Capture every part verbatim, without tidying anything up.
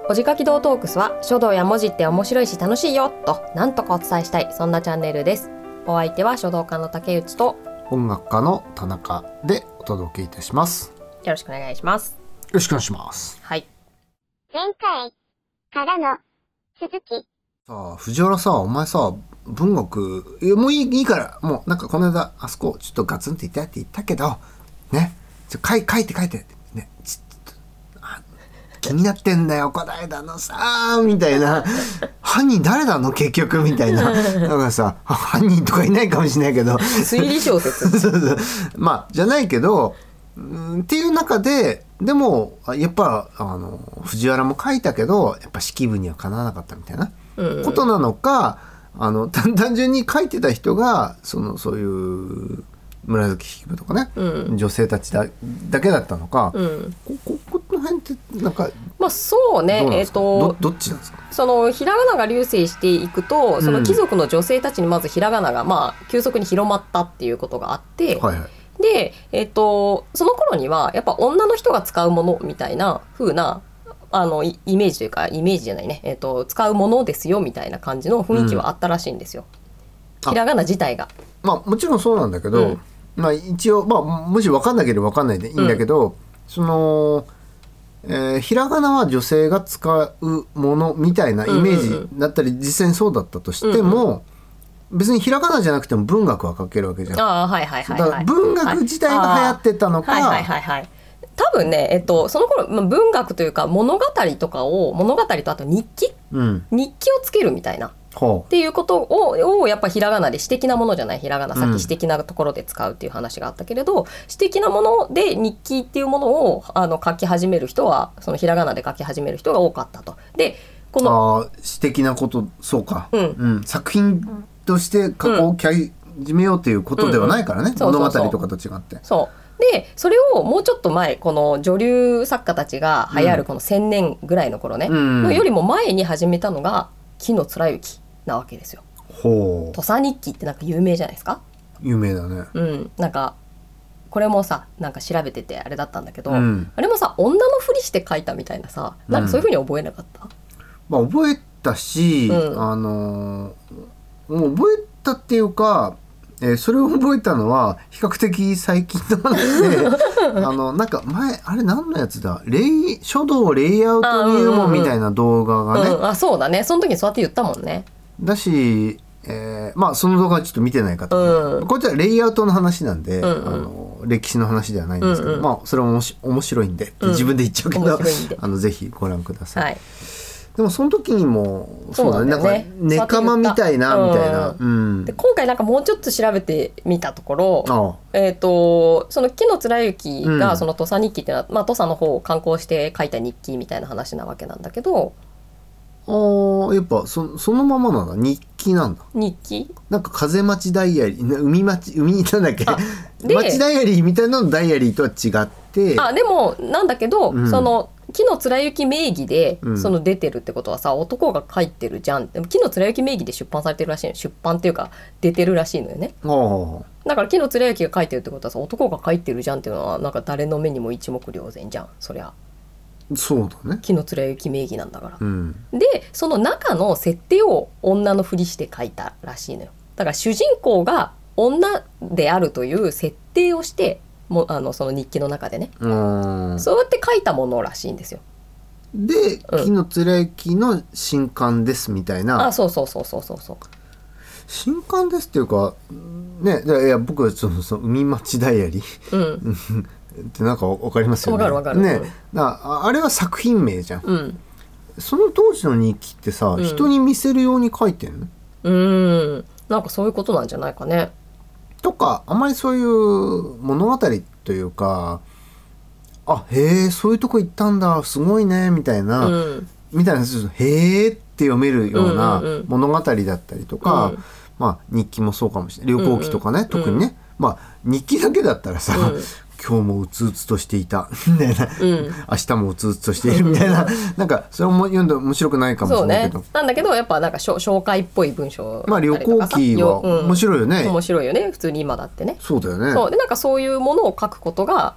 おじかき堂トークスは書道や文字って面白いし楽しいよとなんとかお伝えしたい、そんなチャンネルです。お相手は書道家の竹内と音楽家の田中でお届けいたします。 よろしくお願いします。 よろしくお願いします。 はい。 前回からの続き。 さあ藤原さ、お前さ文学いやもういい、いいからもうなんかこの間あそこちょっとガツンって言ったって言ったけどね、ちょ書い書いて書いてね、ちょっとあ気になってんだよこないだのさみたいな犯人誰なの結局みたいなだからさ犯人とかいないかもしれないけど推理小説そうそうまあじゃないけどうんっていう中ででもやっぱあの藤原も書いたけどやっぱ式部にはかなわなかったみたいなことなのか、うん、あの単純に書いてた人がそのそういう紫式部とかね、うん、女性たち だ, だけだったのか、うん、こ, こ, この辺ってなんかまあそうねえっ、ー、とど, どっちなんですか。そのひらがなが隆盛していくとその貴族の女性たちにまずひらがなが、まあ、急速に広まったっていうことがあって、はいはい、で、えー、とその頃にはやっぱ女の人が使うものみたいな風なあのイメージというかイメージじゃないね、えー、と使うものですよみたいな感じの雰囲気はあったらしいんですよ、うん、ひらがな自体が。 まあもちろんそうなんだけど、うんまあ、一応、まあ、もし分かんなければ分かんないでいいんだけど、うん、その、えー、ひらがなは女性が使うものみたいなイメージだったり、うんうんうん、実際にそうだったとしても、うんうん別にひらがなじゃなくても文学は書けるわけじゃん。 あ、はいはいはいはい、 だから文学自体が流行ってたのか、 はいはいはいはい、多分ね、えっと、その頃、まあ、文学というか物語とかを物語とあと日記、うん、日記をつけるみたいなっていうことを、をやっぱひらがなで詩的なものじゃないひらがなさっき詩的なところで使うっていう話があったけれど、うん、詩的なもので日記っていうものをあの書き始める人はそのひらがなで書き始める人が多かったと。でこのあ詩的なことそうか、うんうん、作品として書こう始めようということではないからね、物語とかと違って。 そうでそれをもうちょっと前この女流作家たちが流行るこのせんねんぐらいの頃ね、うん、のよりも前に始めたのが紀貫之なわけですよ。ほう土佐日記ってなんか有名じゃないですか。 有名だね。 うんなんかこれもさなんか調べててあれだったんだけど、うん、あれもさ女のふりして書いたみたいなさなんかそういう風に覚えなかった、うんまあ、覚えたし、うん、あのもう覚えたっていうか、えー、それを覚えたのは比較的最近の話であのなんか前あれ何のやつだレイ書道レイアウト入門みたいな動画がね、 うんうん、あそうだねその時にそうやって言ったもんね。 だし、えー、まあその動画はちょっと見てない方、うん、こっちはレイアウトの話なんで、うんうん、あの歴史の話ではないんですけど、うんうん、まあそれはおもし面白いんでって自分で言っちゃうけど、うん、あのぜひご覧ください、はいでもその時にもそうだね、なんかネカマみたいなみたいな、うんうん、 で今回なんかもうちょっと調べてみたところああ、えー、とその紀貫之がその土佐日記っていうのは、うんまあ、土佐の方を観光して書いた日記みたいな話なわけなんだけどあやっぱ そ, そのままなんだ日記なんだ日記なんか風町ダイアリー海町海なんだっけ町ダイアリーみたいなのダイアリーとは違ってあでもなんだけど、うん、その紀貫之名義でその出てるってことはさ、うん、男が書いてるじゃん。でも紀貫之名義で出版されてるらしいの出版っていうか出てるらしいのよね。だから紀貫之が書いてるってことはさ男が書いてるじゃんっていうのはなんか誰の目にも一目瞭然じゃんそりゃ。 そうだね紀貫之名義なんだから、うん、でその中の設定を女のふりして書いたらしいのよ。だから主人公が女であるという設定をしてもあのその日記の中でねうんそうやって書いたものらしいんですよ。 で紀貫之の新刊ですみたいな、 うん、あそうそうそうそうそうそう新刊ですっていうかねいや僕はそのその海町ダイアリー、うん、ってなんか分かりますよね。 分かる分かる、 ね、だあれは作品名じゃん、うん、その当時の日記ってさ、うん、人に見せるように書いてんのうんなんかそういうことなんじゃないかねとかあんまりそういう物語というかあへえそういうとこ行ったんだすごいねみたいな、うん、みたいなへえって読めるような物語だったりとか、うんうん、まあ日記もそうかもしれない旅行記とかね、うんうん、特にね、うん、まあ日記だけだったらさ、うん今日もうつうつとしていたみたいな、うん、明日もうつうつとしているみたいななんかそれも読んで面白くないかもしれないけどそうねなんだけどやっぱなんか紹介っぽい文章まあ旅行記は面白いよね、 うん、面白いよね普通に今だってねそうだよねそうでなんかそういうものを書くことがまあ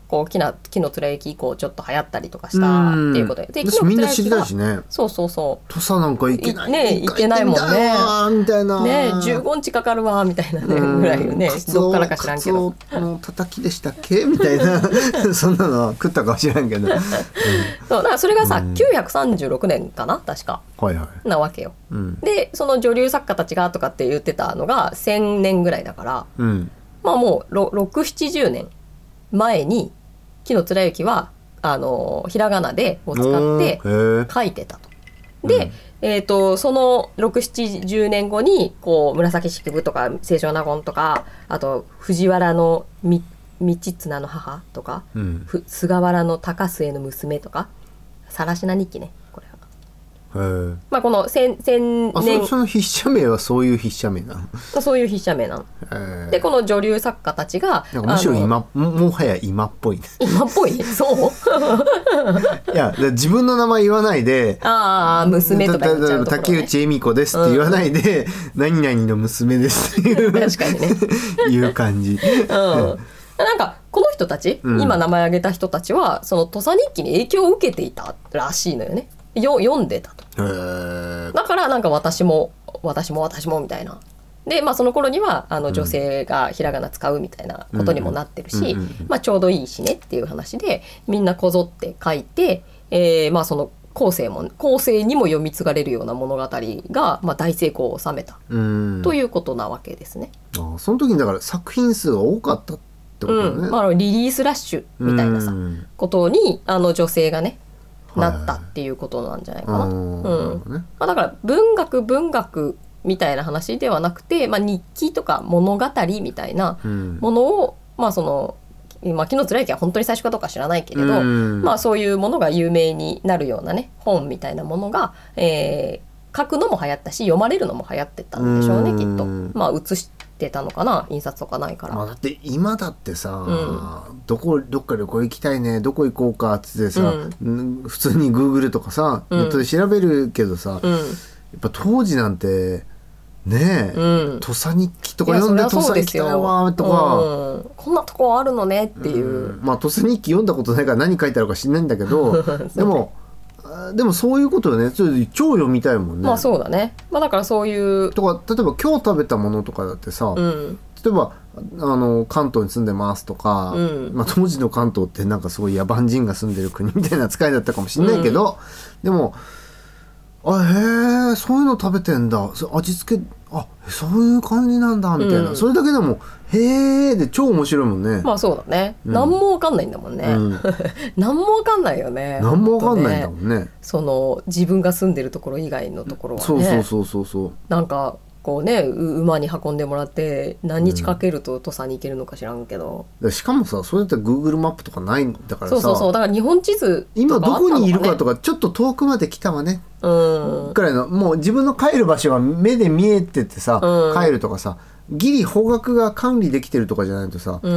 こう木の木の貫之以降ちょっと流行ったりとかしたっていうことで、で私みんな知りたいしね。 そうそうそう土佐なんか行けないね、行けないもんねみたいなね、じゅうごにちかかるわみたいなねぐらいよね、どっからか知らんけどカツオのたたきでしたっけみたいなそんなの食ったかは知らんけど、うん、 そうだからそれがさ、うん、きゅうひゃくさんじゅうろくねんかな確か、はいはい、なわけよ、うん、でその女流作家たちがとかって言ってたのがせんねんぐらいだから、うん、まあもうろくじゅう、ななじゅうねんまえに紀貫之はあのひらがなでを使って書いてたと。で、うんえー、とそのろくじゅう、ななじゅうねんごにこう紫式部とか清少納言とかあと藤原の道綱の母とか、うん、菅原の高末の娘とか更級日記ねこれは。へまあ、この千年あ そ, その筆者名はそういう筆者名なのそういう筆者名なのでこの女流作家たちがなんかむしろ今 も, もはや今っぽい今っぽいそういや自分の名前言わないでああ娘とか言っちゃうところ、ね、 竹内恵美子ですって言わないで、うん、何々の娘ですっていう確かにねいう感じ、うん、 なんかこの人たち、うん、今名前挙げた人たちはその土佐日記に影響を受けていたらしいのよね。よ読んでたと。へだからなんか私も私も私もみたいなで、まあ、その頃にはあの女性がひらがな使うみたいなことにもなってるし、まあ、ちょうどいいしねっていう話でみんなこぞって書いて、えーまあ、その後世も後世にも読み継がれるような物語が、まあ、大成功を収めたということなわけですね。 あその時にだから作品数が多かったってことだね、 うんまあ、リリースラッシュみたいなさことにあの女性がねなったっていうことなんじゃないかな、うんまあ、だから文学文学みたいな話ではなくて、まあ、日記とか物語みたいなものを、うん、まあそのまあ、紀貫之は本当に最初かどうか知らないけれど、うんまあ、そういうものが有名になるようなね本みたいなものが、えー、書くのも流行ったし読まれるのも流行ってたんでしょうね、うん、きっと、まあ、写してたのかな印刷とかないから、 まあ、だって今だってさ、うん、どこどっか旅行行きたいねどこ行こうかっつってさ、うん、普通に Google とかさネットで調べるけどさ、うん、やっぱ当時なんてねえ、うん、土佐日記とか読んで土佐行きたいわとか、 うん、こんなとこあるのねっていう、 うん、まあ土佐日記読んだことないから何書いてあるか知んないんだけどでもでもそういうことよね超読みたいもんね。 まあそうだね、まあ、だからそういうとか例えば今日食べたものとかだってさ、うん、例えばあの関東に住んでますとか、うんまあ、当時の関東ってなんかすごい野蛮人が住んでる国みたいな扱いだったかもしれないけど、うん、でもあへえそういうの食べてんだ味付けあそういう感じなんだみたいな、うん、それだけでもへえで超面白いもんね。 まあそうだね、うん、何も分かんないんだもんね、うん、何も分かんないよね。 何も分かんないんだもんね。 その自分が住んでるところ以外のところはね、 そうそうそうそうそうなんかこうね馬に運んでもらって何日かけると土佐に行けるのか知らんけど、 うん、しかもさそれだったら Google マップとかないんだからさ、 そうそうそうだから日本地図とか今どこにいるかとかちょっと遠くまで来たわねくらいのもう自分の帰る場所が目で見えててさ、うん、帰るとかさギリ方角が管理できてるとかじゃないとさ、うん、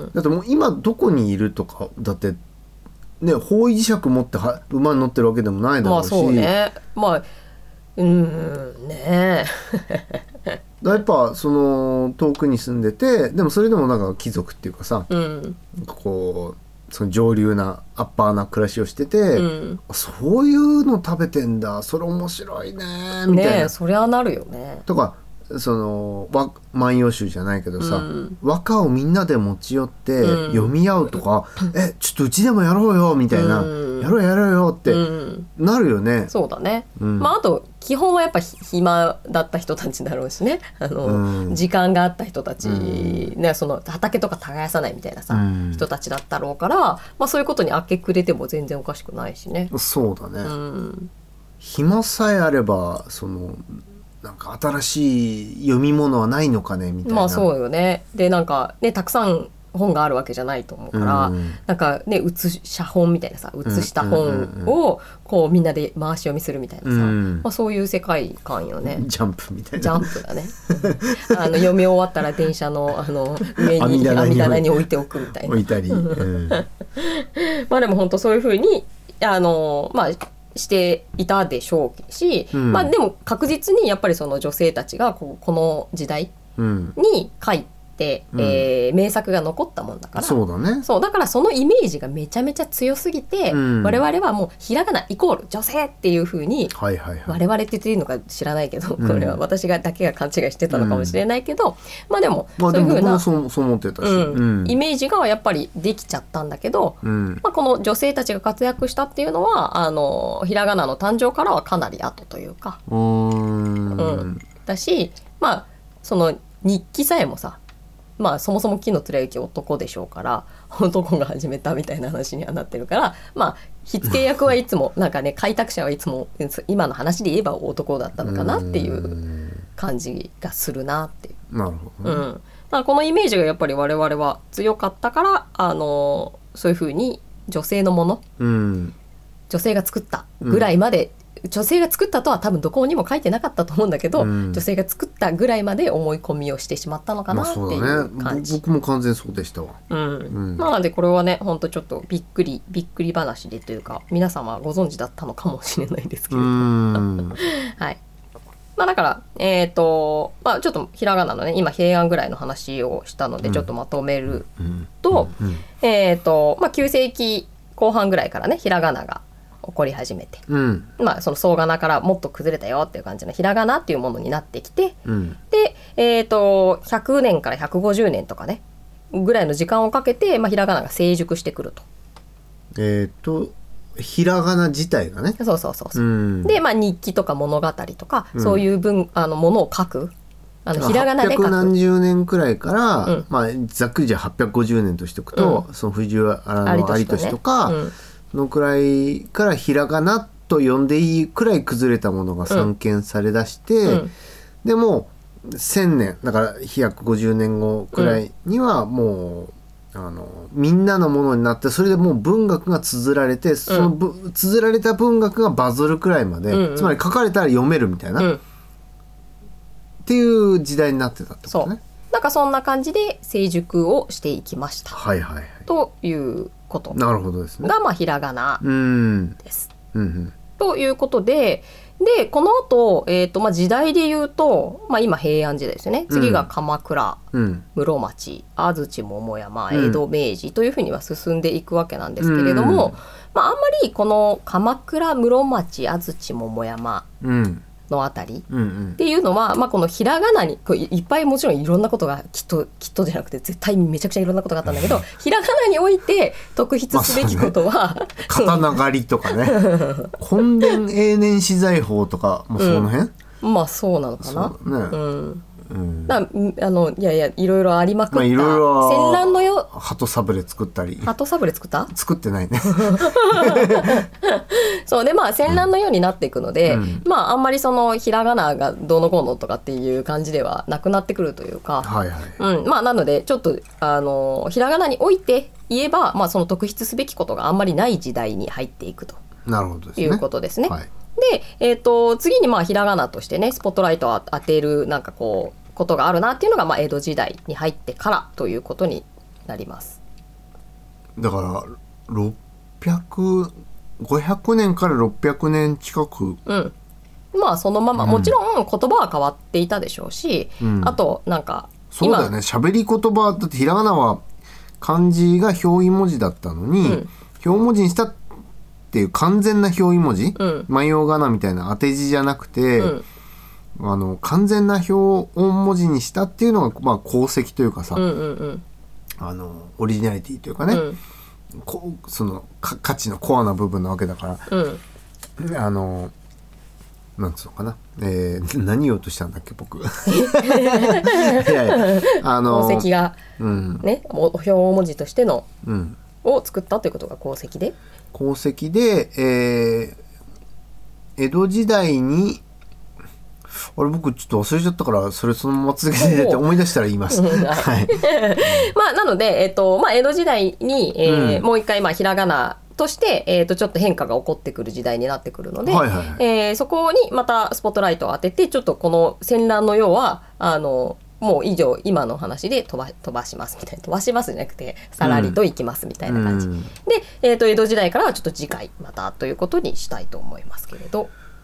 だってもう今どこにいるとかだってね方位磁石持っては馬に乗ってるわけでもないだろうし、 まあそうねまあうんねえやっぱその遠くに住んでてでもそれでもなんか貴族っていうかさ、うん、こうその上流なアッパーな暮らしをしてて、うん、そういうの食べてんだそれ面白いねみたいな、 ね、そりゃなるよねとかその万葉集じゃないけどさ、うん、和歌をみんなで持ち寄って読み合うとか、うん、えちょっとうちでもやろうよみたいな、うん、やろうやろうよってなるよね、 うん、そうだね、うん、まああと基本はやっぱ暇だった人たちだろうしねあの、うん、時間があった人たち、うんね、その畑とか耕さないみたいなさ、うん、人たちだったろうから、まあ、そういうことに明け暮れても全然おかしくないしね。 そうだね、うん、暇さえあればそのなんか新しい読み物はないのかねみたいな。 まあそうよね。でなんかねたくさん本があるわけじゃないと思うから、うん、なんかね写写本みたいなさ写した本をこうみんなで回し読みするみたいなさ、うんまあ、そういう世界観よね。 ジャンプみたいな。 ジャンプだね。あの読み終わったら電車のあの上に網棚に置いておくみたいな。 置いたり。うん、 まあでも本当そういう風にあのまあ。していたでしょうし、うんまあ、でも確実にやっぱりその女性たちがこうこの時代に書いて、うんえー、名作が残ったもんだからそうだね。 そうだからそのイメージがめちゃめちゃ強すぎて、うん、我々はもうひらがなイコール女性っていう風に、はいはいはい、我々って言っていいのか知らないけど、うん、これは私がだけが勘違いしてたのかもしれないけど、うん、まあでもそういう風な、まあ、 そう、そう思ってたし、 うんうん、イメージがやっぱりできちゃったんだけど、うんまあ、この女性たちが活躍したっていうのはあのひらがなの誕生からはかなり後というかうーん、うん、だしまあその日記さえもさまあそもそも木の貫之男でしょうから男が始めたみたいな話にはなってるからまあ火付け役はいつもなんかね開拓者はいつも今の話で言えば男だったのかなっていう感じがするなっていう。 なるほど、ねうん、だからこのイメージがやっぱり我々は強かったからあのそういうふうに女性のもの、うん、女性が作ったぐらいまで、うん女性が作ったとは多分どこにも書いてなかったと思うんだけど、うん、女性が作ったぐらいまで思い込みをしてしまったのかなっていう感じ、まあそうだね、 僕も完全そうでしたわ、 うんうん、なのでこれはねほんとちょっとびっくりびっくり話でというか皆様ご存知だったのかもしれないですけれどはいまあだからえっ、ー、とまあちょっとひらがなのね今平安ぐらいの話をしたのでちょっとまとめると、うんうんうん、えっ、ー、とまあきゅうせいきこう半ぐらいからねひらがなが起こり始めて、うんまあ、その総仮名からもっと崩れたよっていう感じのひらがなっていうものになってきて、うん、で、えーと、ひゃくねんからひゃくごじゅうねんとかねぐらいの時間をかけて、まあ、ひらがなが成熟してくると。 えっ、ー、とひらがな自体がねそうそうそうそう、うん、で、まあ、日記とか物語とか、うん、そういう文あのものを書くあのひらがなで書くはっぴゃくなんじゅうねんくらいから、うんまあ、ざっくりじゃはっぴゃくごじゅうねんとしておくと、うん、その藤原有俊とか、うんのくらいからひらがなと呼んでいいくらい崩れたものが散見されだして、うん、でもせんねんだからひゃくごじゅうねんごくらいにはもう、うん、あのみんなのものになってそれでもう文学が綴られて、うん、そのぶ綴られた文学がバズるくらいまで、うんうん、つまり書かれたら読めるみたいな、うん、っていう時代になってたってことね。 なんかそんな感じで成熟をしていきました、 はいはいはい、 ということなるほどですねがまあひらがなです。うんうん、ということででこの後、えーとまあ時代で言うと、まあ、今平安時代ですよね。次が鎌倉、うん、室町安土桃山江戸明治というふうには進んでいくわけなんですけれども、うんまあ、あんまりこの鎌倉室町安土桃山、うんのあたりっていうのは、うんうんまあ、このひらがなにこういっぱいもちろんいろんなことがきっときっとじゃなくて絶対めちゃくちゃいろんなことがあったんだけどひらがなにおいて特筆すべきことは、まあね、 刀狩りとかね墾田永年私財法とかもその辺、 うん、まあそうなのかな、ねうんうん、だあのいやいやいろいろありまくった、まあ、いろいろ戦乱のよ鳩サブレ作ったり鳩サブレ作った作ってないねそうでまあ戦乱のようになっていくので、うん、まああんまりそのひらがながどうのこうのとかっていう感じではなくなってくるというか、はいはいうんまあ、なのでちょっとあのひらがなにおいて言えば、まあ、その特筆すべきことがあんまりない時代に入っていくとなるほどですねいうことですね。はいで、えー、と次にまあひらがなとしてねスポットライトを当てるなんかこうことがあるなっていうのがまあ江戸時代に入ってからということになります。 だからろっぴゃく、ごひゃくねんからろっぴゃくねん近く、 うん、まあそのまま、うん、もちろん言葉は変わっていたでしょうし、うん、あとなんかそうだよね喋り言葉だってひらがなは漢字が表意文字だったのに、うん、表文字にしたっていう完全な表意文字、うん、万葉仮名みたいな当て字じゃなくて、うん、あの完全な表音文字にしたっていうのが、まあ、功績というかさ、うんうんうん、あのオリジナリティというかね、うん、こその価値のコアな部分なわけだから、うん、あのなんつうのかな、えー、何言おうとしたんだっけ僕いやいやあの功績が、うん、ね表文字としての、うん、を作ったということが功績で功績で、えー、江戸時代にあれ僕ちょっと忘れちゃったからそれそのまま続けてて思い出したら言います、はいまあ、なので、えーとまあ、江戸時代に、えーうん、もう一回、まあ、ひらがなとして、えー、とちょっと変化が起こってくる時代になってくるので、はいはいはいえー、そこにまたスポットライトを当ててちょっとこの戦乱の世はあのもう以上今の話で飛ば、飛ばしますみたいな飛ばしますじゃなくてさらりと行きますみたいな感じ、うん、で、えー、と江戸時代からはちょっと次回またということにしたいと思いますけれど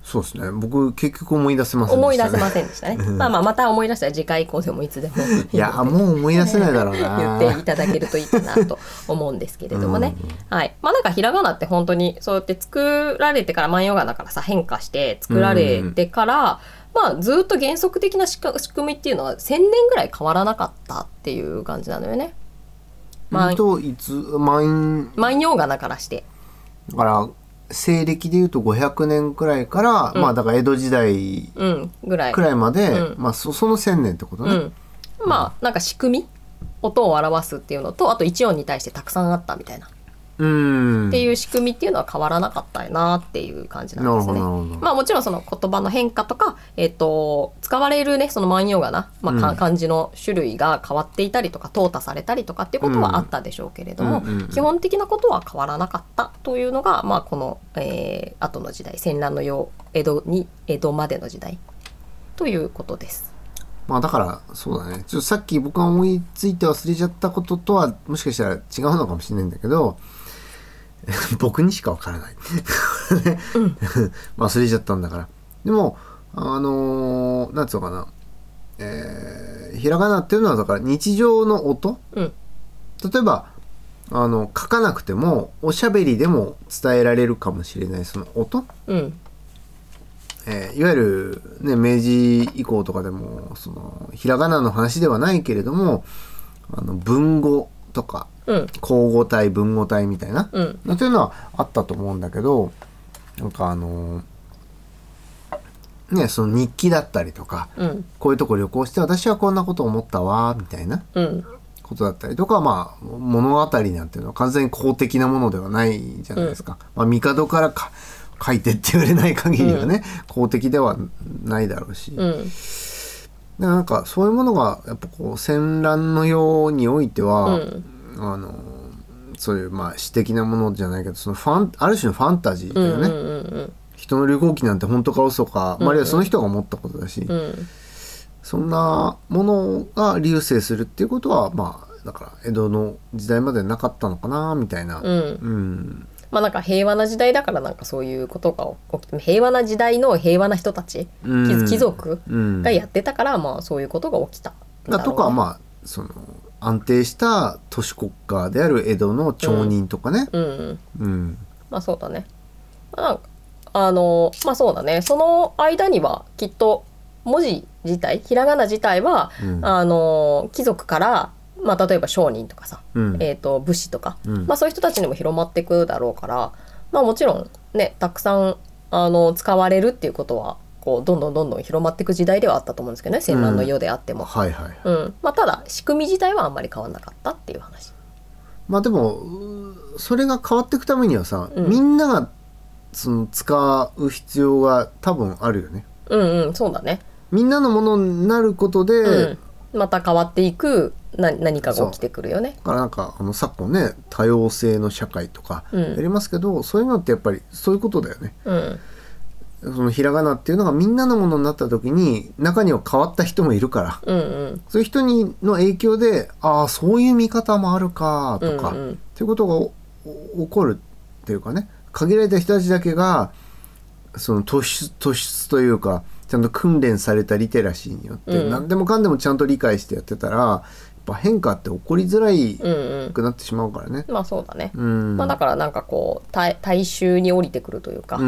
そうですね。僕結局思い出せませんでしたね。 思い出せませんでしたね。まあまあまた思い出したら次回以降でもいつでもいやもう思い出せないだろうな言っていただけるといいかなと思うんですけれどもね、うん、はい。まあなんかひらがなって本当にそうやって作られてから万葉仮名からさ変化して作られてから、うん、まあずっと原則的な仕組みっていうのはせんねんぐらい変わらなかったっていう感じなのよね。 万葉仮名からしてだから西暦でいうとごひゃくねんくらいから、うん、まあだから江戸時代くらいまで、うん、まあ そ, そのせんねんってことね、 うん、まあなんか仕組み音を表すっていうのとあと一音に対してたくさんあったみたいなうんっていう仕組みっていうのは変わらなかったよなっていう感じなんですね。まあもちろんその言葉の変化とか、えー、と使われるねその万葉仮名、まあ、漢字の種類が変わっていたりとか淘汰されたりとかっていうことはあったでしょうけれども、うんうんうん、基本的なことは変わらなかったというのが、まあ、この、えー、後の時代戦乱の世江戸に江戸までの時代ということです。 まあだからそうだねちょっとさっき僕が思いついて忘れちゃったこととはもしかしたら違うのかもしれないんだけど僕にしかわからない、うん、忘れちゃったんだから。でもあのー、なんつうのかな、えー、ひらがなっていうのはだから日常の音、うん、例えばあの書かなくてもおしゃべりでも伝えられるかもしれないその音、うんえー、いわゆる、ね、明治以降とかでもそのひらがなの話ではないけれどもあの文語とか口語体文語体みたいな、うん、というのはあったと思うんだけどなんかあのねその日記だったりとか、うん、こういうとこ旅行して私はこんなこと思ったわみたいなことだったりとか、まあ物語なんていうのは完全に公的なものではないじゃないですか、うんまあ、帝からか書いてって言われない限りはね、うん、公的ではないだろうし、うん、でなんかそういうものがやっぱこう戦乱の世においては、うんあのそういうまあ詩的なものじゃないけどそのファンある種のファンタジーだよね、うんうんうん、人の旅行記なんて本当か嘘か、うんうん、あるいはその人が思ったことだし、うん、そんなものが流星するっていうことはまあだから江戸の時代までなかったのかなみたいな、うんうんまあ、なんか平和な時代だからなんかそういうことが起きて平和な時代の平和な人たち、うん、貴族がやってたから、まあそういうことが起きたんだろうね。 とかまあその安定した都市国家である江戸の町人とかね、うんうんうん、まあそうだね、まあ、あのまあそうだねその間にはきっと文字自体ひらがな自体は、うん、あの貴族から、まあ、例えば商人とかさ、うんえー、と武士とか、うんまあ、そういう人たちにも広まっていくだろうから、まあ、もちろんねたくさんあの使われるっていうことはこうどんどんどんどん広まっていく時代ではあったと思うんですけどね戦乱の世であっても、うんはいはいうんまあ、ただ仕組み自体はあんまり変わらなかったっていう話。 まあでもそれが変わっていくためにはさ、うん、みんながその使う必要が多分あるよね。 うんうんそうだね。 みんなのものになることで、うん、 また変わっていくな何かが起きてくるよね。 だからなんかあの昨今ね多様性の社会とかやりますけど、うん、そういうのってやっぱりそういうことだよね。うんそのひらがなっていうのがみんなのものになった時に中には変わった人もいるから、うんうん、そういう人にの影響でああそういう見方もあるかとか、うんうん、っていうことが起こるっていうかね限られた人たちだけがその突出、突出というかちゃんと訓練されたリテラシーによって、うん、何でもかんでもちゃんと理解してやってたらやっぱ変化って起こりづらいくなってしまうからね、 うんうん、まあそうだね、うんまあ、だからなんかこう大、大衆に降りてくるというか、うん、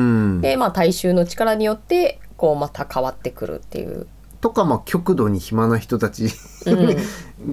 でまあ大衆の力によってこうまた変わってくるっていうとか、まあ、極度に暇な人たち、うん、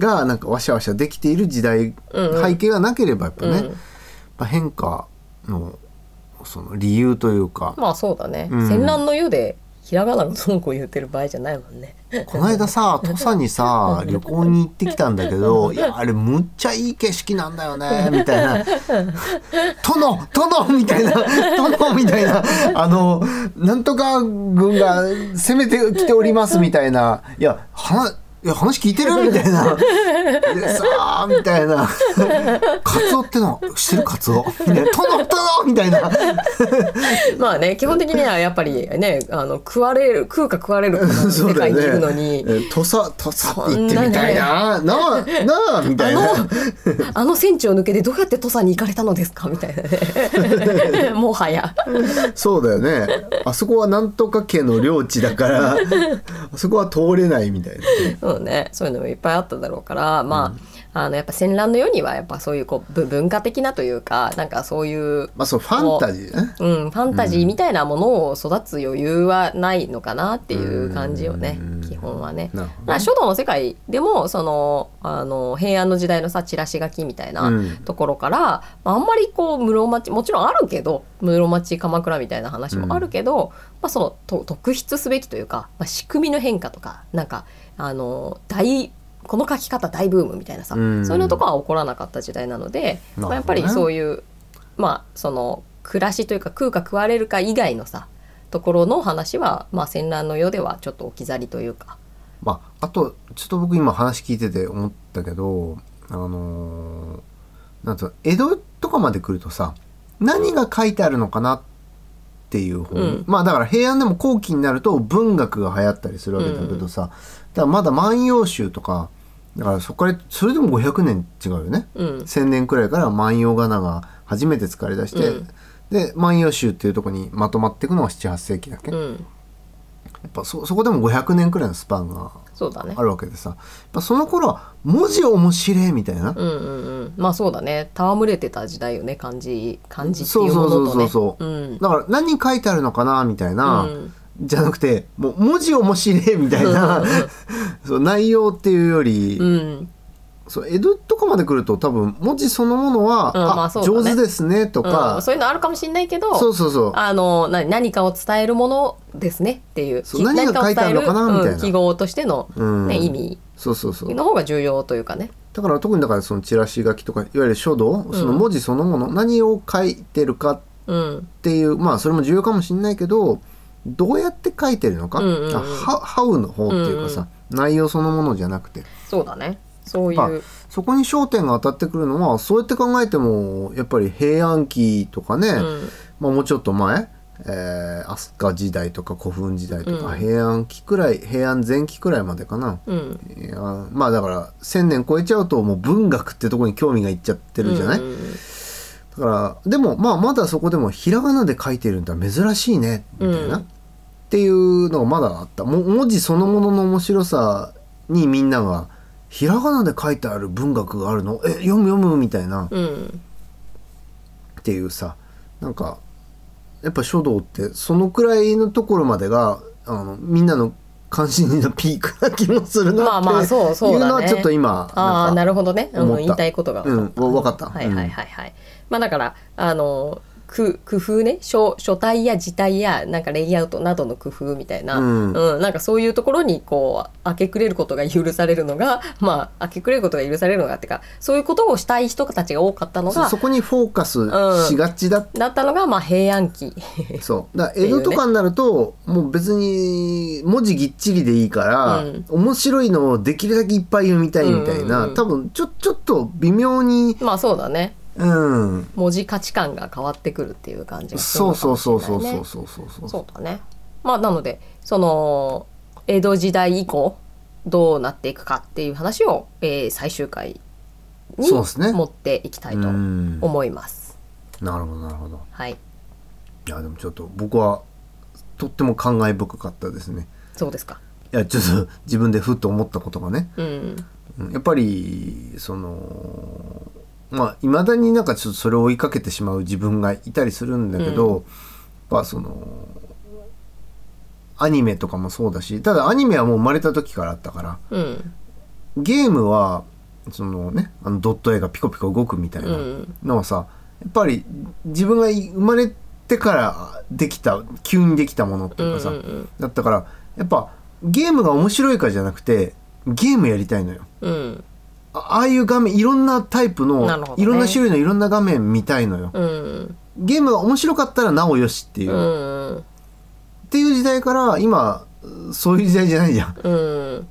がなんかわしゃわしゃできている時代、うんうん、背景がなければやっぱね、うん、やっぱ変化のその理由というかまあそうだね、うん、戦乱の世でひらがなの文句を言ってる場合じゃないもんね。 この間さ土佐にさ旅行に行ってきたんだけどいやあれむっちゃいい景色なんだよねみたいな殿殿みたいな殿みたいなあのなんとか軍が攻めてきておりますみたいないやはいや話聞いてるみたいなでさあみたいなカツオっての知ってるカツオトノトノみたいなまあね基本的にはやっぱりねあの食われる食うか食われるかの世界にいるのに土佐土佐って言ってみたいな、ね、なあなあみたいなあの, あの戦地を抜けてどうやって土佐に行かれたのですかみたいなねもはやそうだよねあそこはなんとか家の領地だからあそこは通れないみたいなそうね、そういうのもいっぱいあっただろうから、まあ、うん、あのやっぱ戦乱の世にはやっぱそういうこう文化的なというかなんかそういう、 まあ、そうファンタジーね、 うん、ファンタジーみたいなものを育つ余裕はないのかなっていう感じよね、うん、基本はね。まあ、書道の世界でもそのあの平安の時代のさチラシ書きみたいなところから、うんまあ、あんまりこう室町もちろんあるけど室町鎌倉みたいな話もあるけど、うんまあ、そのと特筆すべきというか、まあ、仕組みの変化とかなんかあの大この書き方大ブームみたいなさ、うん、そういうのとかは起こらなかった時代なので、ねまあ、やっぱりそういうまあその暮らしというか食うか食われるか以外のさところの話は、まあ、戦乱の世ではちょっと置き去りというか、 まあ、あとちょっと僕今話聞いてて思ったけどあのー、なんと江戸とかまで来るとさ何が書いてあるのかなっていう本、うん、まあだから平安でも後期になると文学が流行ったりするわけだけどさ、うん、だからまだ万葉集とかだからそこからそれでもごひゃくねん違うよね、うん、せんねんくらいから万葉仮名が初めて使われだして、うん、で万葉集っていうところにまとまっていくのがななはっせいきだっけ、うん、やっぱ そ, そこでもごひゃくねんくらいのスパンがあるわけでさ、ね、やっぱその頃は文字面白いみたいな、うんうんうん、まあそうだね戯れてた時代よね漢字漢字っていうものとねそうそうそうそう、うん、だから何書いてあるのかなみたいな、うんじゃなくてもう文字面白いみたいなそう内容っていうより、うん、そう江戸とかまで来ると多分文字そのものは、うんまあそうだね、上手ですねとか、うん、そういうのあるかもしれないけどそうそうそうあの何、何かを伝えるものですねっていうそう何が書いてあるのかなみたいな、うん、 記号としての、ねうん、意味の方が重要というかねだから特にだからそのチラシ書きとかいわゆる書道、うん、その文字そのもの何を書いてるかっていう、うん、まあそれも重要かもしれないけどどうやって書いてるのか、うんうんうん、ハウの方っていうかさ、うんうん、内容そのものじゃなくてそうだねそういうそこに焦点が当たってくるのはそうやって考えてもやっぱり平安期とかね、うんまあ、もうちょっと前、えー、飛鳥時代とか古墳時代とか、うん、平安期くらい平安前期くらいまでかな、うん、いやまあだからせんねん超えちゃうともう文学ってとこに興味がいっちゃってるじゃない、うんうんだからでもまあまだそこでもひらがなで書いてるんだ珍しいねみたいな、うん、っていうのがまだあったも文字そのものの面白さにみんながひらがなで書いてある文学があるのえ読む読むみたいな、うん、っていうさなんかやっぱ書道ってそのくらいのところまでがあのみんなの関心のピークな気もするなっていうのはちょっと今ああなるほどね、うん、言いたいことが分かった、うん、分かった、 はいはいはいはい、うん、まあだからあのく工夫ね 書, 書体や字体やなんかレイアウトなどの工夫みたいな、うんうん、なんかそういうところにこう明け暮れることが許されるのがまあ明け暮れることが許されるのがってかそういうことをしたい人たちが多かったのがそ, そこにフォーカスしがちだ、 うん、だったのがまあ平安期そうだから江戸とかになると、ね、もう別に文字ぎっちりでいいから、うん、面白いのをできるだけいっぱい読みたいみたいな、うんうんうん、多分ちょちょっと微妙にまあそうだねうん、 文字価値観が変わってくるっていう感じがするのかもしれないね。そうそうそうそうそうそうそうだね。まあなのでその江戸時代以降どうなっていくかっていう話を、えー、最終回に持っていきたいと思います。 なるほどなるほど。 はい。 いやでもちょっと僕はとっても感慨深かったですね。 そうですか。 いやちょっと自分でふっと思ったことがね。 うん、 やっぱりその。まあ、未だになんかちょっとそれを追いかけてしまう自分がいたりするんだけど、うん、やっぱそのアニメとかもそうだしただアニメはもう生まれた時からあったから、うん、ゲームはそのねあのドット絵がピコピコ動くみたいなのはさ、やっぱり自分が生まれてからできた急にできたものっていうかさ、うんうんうん、だったからやっぱゲームが面白いかじゃなくてゲームやりたいのよ、うんああいう画面いろんなタイプの、ね、いろんな種類のいろんな画面見たいのよ、うん、ゲームが面白かったらなおよしっていう、うん、っていう時代から今そういう時代じゃないじゃん、うん、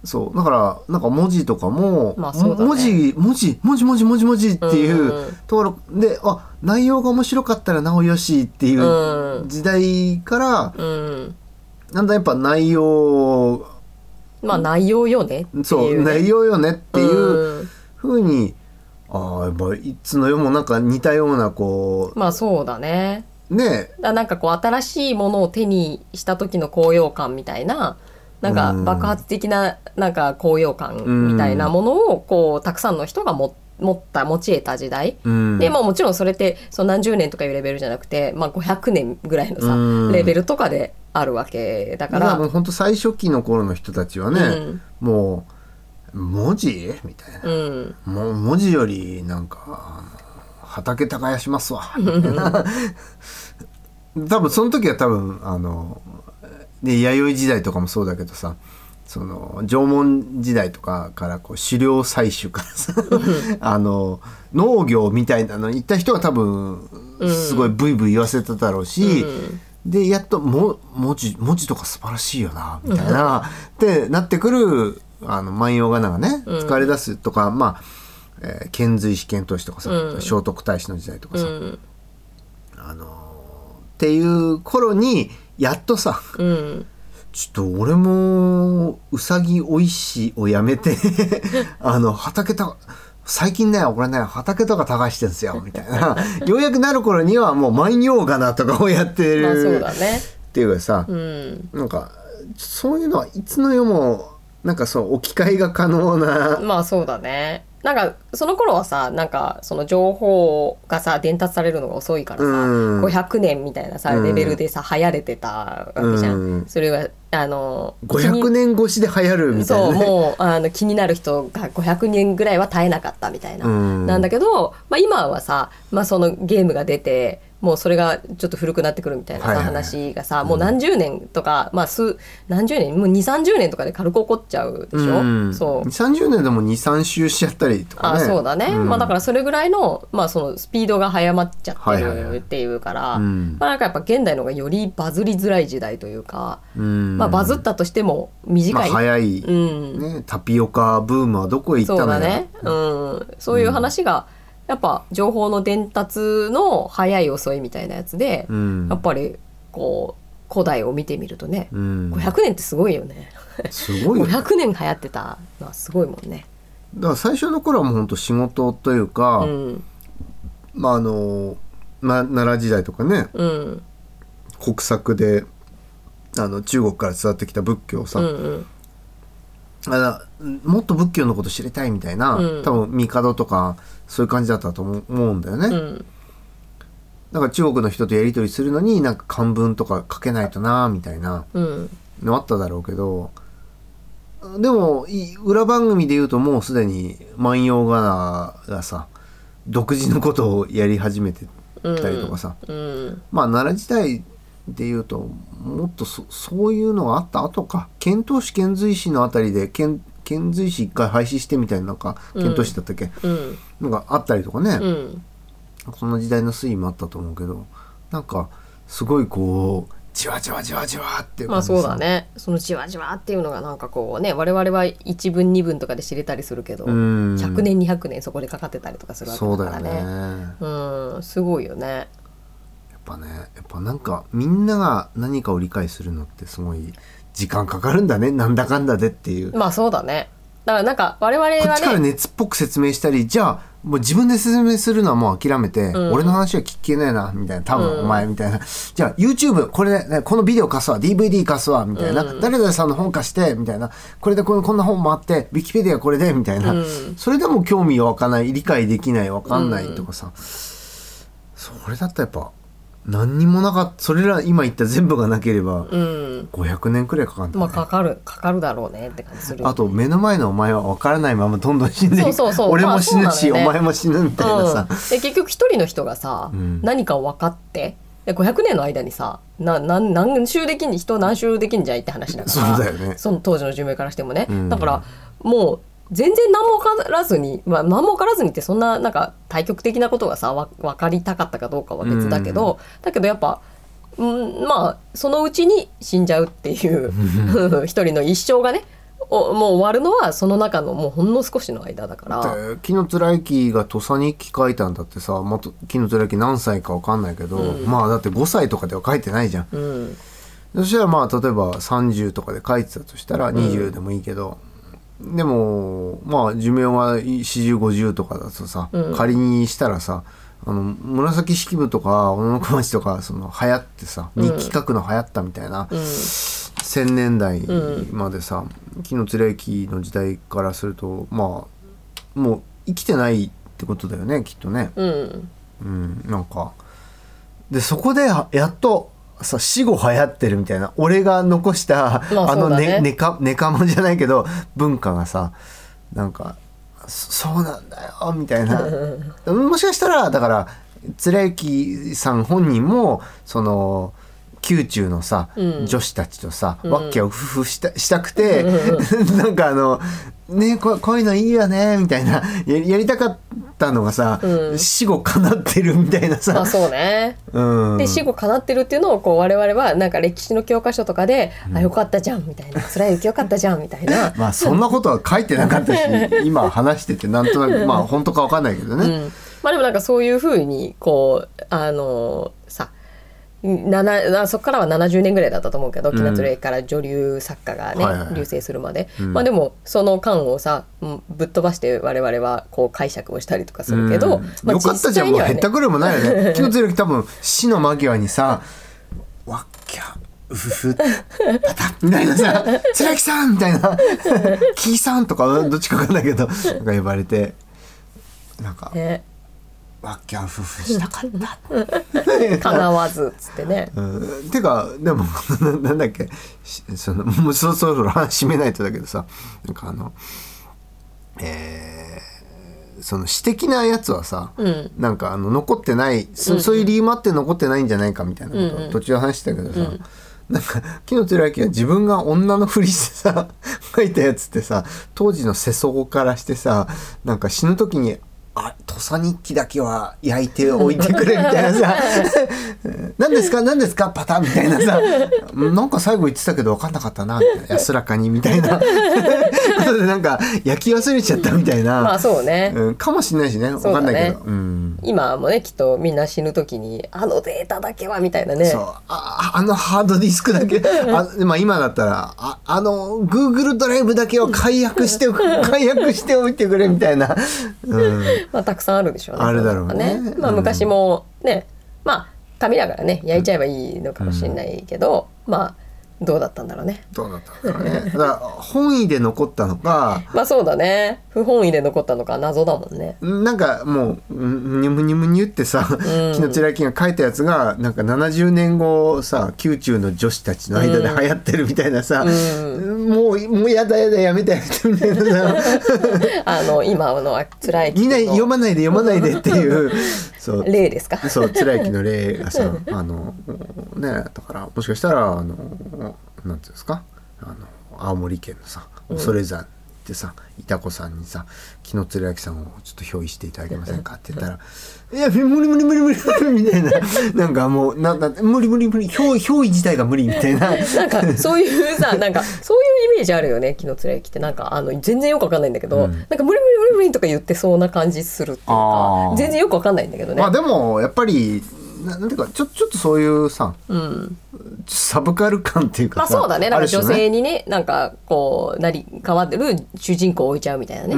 そうだからなんか文字とかも、 まあそうだね、 文字文字文字文字文字文字っていうところで、あ内容が面白かったらなおよしっていう時代から、うん、なんだやっぱ内容まあ内容よねっていう、ね、 そう内容よねっていうふうに、ああやっぱいつの世もなんか似たようなこうまあそうだねねだなんかこう新しいものを手にした時の高揚感みたいななんか爆発的ななんか高揚感みたいなものをこうたくさんの人が持持った持ち得た時代、うん、で、まあ、もちろんそれってその何十年とかいうレベルじゃなくて、まあ、ごひゃくねんぐらいのさ、うん、レベルとかであるわけだからもう本当最初期の頃の人たちはね、うん、もう文字みたいな、うん、もう文字よりなんか畑耕しますわみたいな多分その時は多分あので弥生時代とかもそうだけどさその縄文時代とかからこう狩猟採取からさあの農業みたいなのに行った人は多分すごいブイブイ言わせてたろうし、うん、でやっとも文字文字とか素晴らしいよなみたいなってなってくるあの万葉仮名がね使われ出すとか、うん、まあ、えー、遣隋使遣唐使とかさ、うん、聖徳太子の時代とかさ、うん、あのー、っていう頃にやっとさ、うん、ちょっと俺もうさぎおいしをやめてあの畑た最近ね俺ね畑とか耕してんすよみたいなようやくなる頃にはもう万葉仮名とかをやってる、まあそうだね、っていうかさ、うん、なんかそういうのはいつの世もなんかそう置き換えが可能なまあそうだねなんかその頃はさなんかその情報がさ伝達されるのが遅いからさ、うん、ごひゃくねんみたいなさレベルでさ、うん、流行れてたわけじゃん、うん、それはあのごひゃくねん越しで流行るみたいな、ね、 そうもうあの気になる人がごひゃくねんぐらいは絶えなかったみたいな、うん、なんだけど、まあ、今はさ、まあ、そのゲームが出てもうそれがちょっと古くなってくるみたいなさ、はいはい、話がさもう何十年とか、うん、まあ数何十年もうにじゅうさんじゅうねんとかで軽く起こっちゃうでしょ、うん、そうにじゅうさんじゅうねんでもにさん周しちゃったりとかねあそうだね、うん、まあ、だからそれぐらいの、まあ、そのスピードが早まっちゃってるっていうから、はいはいはいうんまあ、なんかやっぱ現代の方がよりバズりづらい時代というか、うんまあ、バズったとしても短い、 まあ、早い、うんね、タピオカブームはどこへ行ったのやそうだね、うん、そういう話が、うんやっぱ情報の伝達の早い遅いみたいなやつで、うん、やっぱりこう古代を見てみるとね、うん、ごひゃくねんってすごいよねすごいよごひゃくねん流行ってたのはすごいもんねだから最初の頃はもうほんと仕事というか、うんまああのま、奈良時代とかね、うん、国策であの中国から伝わってきた仏教をさ、うんうんあもっと仏教のこと知りたいみたいな、うん、多分帝とかそういう感じだったと思うんだよね、うん、だから中国の人とやり取りするのになんか漢文とか書けないとなみたいなのあっただろうけど、うん、でも裏番組で言うともうすでに万葉仮名がさ独自のことをやり始めてたりとかさ、うんうん、まあ奈良時代でいうともっと そ, そういうのがあった後か遣唐使遣隋使のあたりで遣隋使一回廃止してみたいななんか遣唐使だったっけ、うん、なんかあったりとかね、うん、その時代の推移もあったと思うけどなんかすごいこうじわじわじわじわっていうまあそうだねそのじわじわっていうのがなんかこうね我々はいちぶんにぶんとかで知れたりするけど、うん、ひゃくねんにひゃくねんそこでかかってたりとかするわけだからねそうだよねうんすごいよねやっぱね、やっぱなんかみんなが何かを理解するのってすごい時間かかるんだねなんだかんだでっていうまあそうだねだからなんか我々はねこっちから熱っぽく説明したりじゃあもう自分で説明するのはもう諦めて、うん、俺の話は聞けねえなみたいな多分お前みたいな、うん、じゃあ YouTube これで、ね、このビデオ貸すわ ディーブイディー 貸すわみたいな、うん、誰々さんの本貸してみたいなこれでこんな本もあってウィキペディアこれでみたいな、うん、それでも興味湧かない理解できない湧かんないとかさ、うん、それだったらやっぱ何にもなかったそれら今言った全部がなければ、うん、ごひゃくねんくらいかかるんだね、 まあ、かかるかかるだろうねって感じするあと目の前のお前は分からないままどんどん死んでいくそうそうそう俺も死ぬし、まあね、お前も死ぬみたいなさ、 うん、で結局一人の人がさ、うん、何かを分かってでごひゃくねんの間にさなな何周できん人何周できんじゃいって話だからそうだよねその当時の寿命からしてもね、うん、だからもう全然何も分からずに、まあ、何も分からずにってそんななんか対極的なことがさ分かりたかったかどうかは別だけど、うん、だけどやっぱ、うん、まあそのうちに死んじゃうっていう一人の一生がねもう終わるのはその中のもうほんの少しの間だから。 紀貫之が土佐日記書いたんだってさ、まあ、紀貫之何歳か分かんないけど、うん、まあだってごさいとかでは書いてないじゃん、うん、そしたらまあ例えばさんじゅうとかで書いてたとしたらにじゅうでもいいけど、うん、でもまあ寿命はよんじゅうごじゅうとかだとさ、うん、仮にしたらさ、あの紫式部とか小野小町とかその流行ってさ、日記書くの流行ったみたいな、うん、せんねんだいまでさ、紀貫之の時代からするとまあもう生きてないってことだよねきっとね、うんうん、なんかでそこでやっとさ死後流行ってるみたいな、俺が残した、まあ、あのねねかねかもじゃないけど文化がさ、なんかそうなんだよみたいなもしかしたらだから貫之さん本人もその宮中のさ、うん、女子たちとさ、うん、ワッキャをフフした、したくて、うん、なんかあのねこ、こういうのいいよねみたいな や, やりたかったのがさ、うん、死後叶ってるみたいなさ、 まあ、そうね、うん、で死後叶ってるっていうのをこう我々はなんか歴史の教科書とかで、うん、あよかったじゃんみたいな、貫之よかったじゃんみたいなまあそんなことは書いてなかったし今話しててなんとなくまあ本当か分かんないけどね、うん、 まあでもなんかそういう風にこうあのさななそこからはななじゅうねんぐらいだったと思うけど、紀貫之から女流作家がね、はいはいはい、流星するまで、うん、まあでもその間をさぶっ飛ばして我々はこう解釈をしたりとかするけど、うんまあ、 よかったじゃん、ね、もうへったくれもないよね紀貫之多分死の間際にさわっきゃうふふパタみたいなさ貫之さんみたいなキーさんとかどっちか分かんないけどなんか呼ばれてなんか、ねわっきゃん夫婦したかったかなわずっつってね、 うん、てかでもなんだっけそのもうそろそろ話締めないとだけどさ、なんかあのえー、その私的なやつはさ、うん、なんかあの残ってない、うん、そ, そういう理由もあって残ってないんじゃないかみたいなことを途中話したけどさ、うんうん、なんか紀貫之は自分が女のふりしてさ書いたやつってさ、当時の世相からしてさ、なんか死ぬ時にあ土佐日記だけは焼いておいてくれみたいなさ何ですか何ですかパターンみたいなさなんか最後言ってたけど分かんなかったなみたいな安らかにみたいな後でなんか焼き忘れちゃったみたいなまあそうね、 うん、かもしれないしね分かんないけど、ねうん、 今もねきっとみんな死ぬ時にあのデータだけはみたいなね、 そう あ, あのハードディスクだけあ、まあ、今だったら あ, あの Google ドライブだけを解約して解約しておいてくれみたいな、うんまあ、たくさんあるでしょうね。 あるだろうね。 ねまあ、昔もね、うん、まあ紙だからね焼いちゃえばいいのかもしれないけど、うん、まあどうだったんだろうね。 どうだったんだろうね。だから本意で残ったのか。 まあそうだね。不本意で残ったのか謎だもんね。 なんかもうニムニムニュってさ、紀貫之が書いたやつがなんかななじゅうねんごさ宮中の女子たちの間で流行ってるみたいなさ、うん、もうもうやだやだやめてやめてみたいなさ、 あの今の貫之みんな読まないで読まないでっていう。 そう例ですか。 そう貫之の例がさあのねだからもしかしたらあのなんていうんですかあの青森県のさ恐山ってさ、うん、潮子さんにさ紀貫之さんをちょっと憑依していただけませんかって言ったらいや無理無理無理無理無理みたいななんかもうなな無理無理無理憑依憑依自体が無理みたいななんかそういうさなんかそういうイメージあるよね紀貫之ってなんかあの全然よくわかんないんだけど、うん、なんか無理無理無理無理とか言ってそうな感じするっていうか全然よくわかんないんだけどね。 まあでもやっぱりななんていうかちょちょっとそういうさ、うん、サブカル感っていうかさ、 まあそうだね、なんか女性にねなんかこうなり変わってる主人公を置いちゃうみたいなね、うん、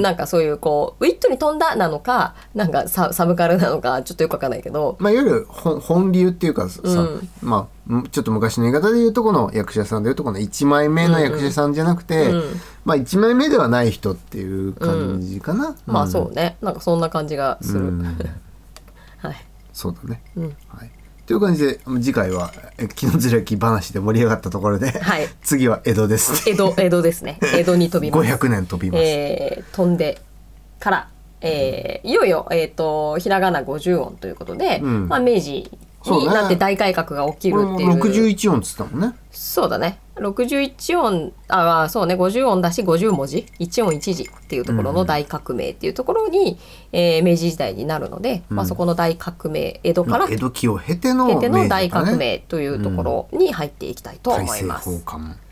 なんかそういうこうウィットに富んだなのかなんか サ, サブカルなのかちょっとよくわかんないけど、 まあいわゆる本本流っていうかさ、うん、まあちょっと昔の言い方で言うとこの役者さんで言うとこのいちまいめの役者さんじゃなくて、うんうん、まあいちまいめではない人っていう感じかな、うんうん、まあそうねなんかそんな感じがする、うん、はいそうだね、うんはい、という感じで次回は紀貫之話で盛り上がったところで、はい、次は江戸です江戸江戸ですね江戸に飛びますごひゃくねん飛びます、 えー、飛んでから、えー、いよいよ、えー、とひらがなごじゅう音ということで、うんまあ、明治になって大改革が起きるっていう、 ね、ろくじゅういち音っつったもんね。 そうだねろくじゅういち音あそうねごじゅう音だしごじゅう文字いち音いち字っていうところの大革命っていうところに、うんえー、明治時代になるので、うんまあ、そこの大革命江戸から江戸期を経ての経ての大革命というところに入っていきたいと思います、 うん、改正法官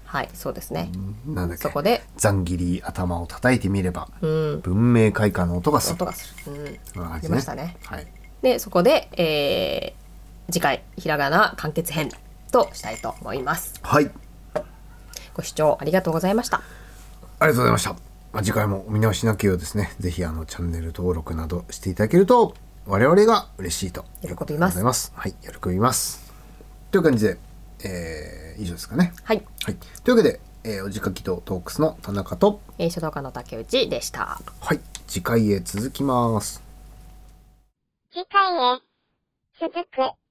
はい、そうですね。 なんだっけ、 そこでざん切り頭を叩いてみれば、 うん、 文明開化の音がする。 音がする。うん、 あ出ましたね。 はい。 でそこで、えー、次回ひらがな完結編としたいと思います。 はい。 ご視聴ありがとうございました。 ありがとうございました。まあ、次回もお見直しなきようですね。ぜひあのチャンネル登録などしていただけると我々が嬉しいと喜びます。 ますはい、喜びます。という感じで、えー、以上ですかね。 はい。 はい、というわけで、えー、おじかきとトークスの田中と、 えー、書道家の竹内でした。 はい、次回へ続きます。 次回へ続く。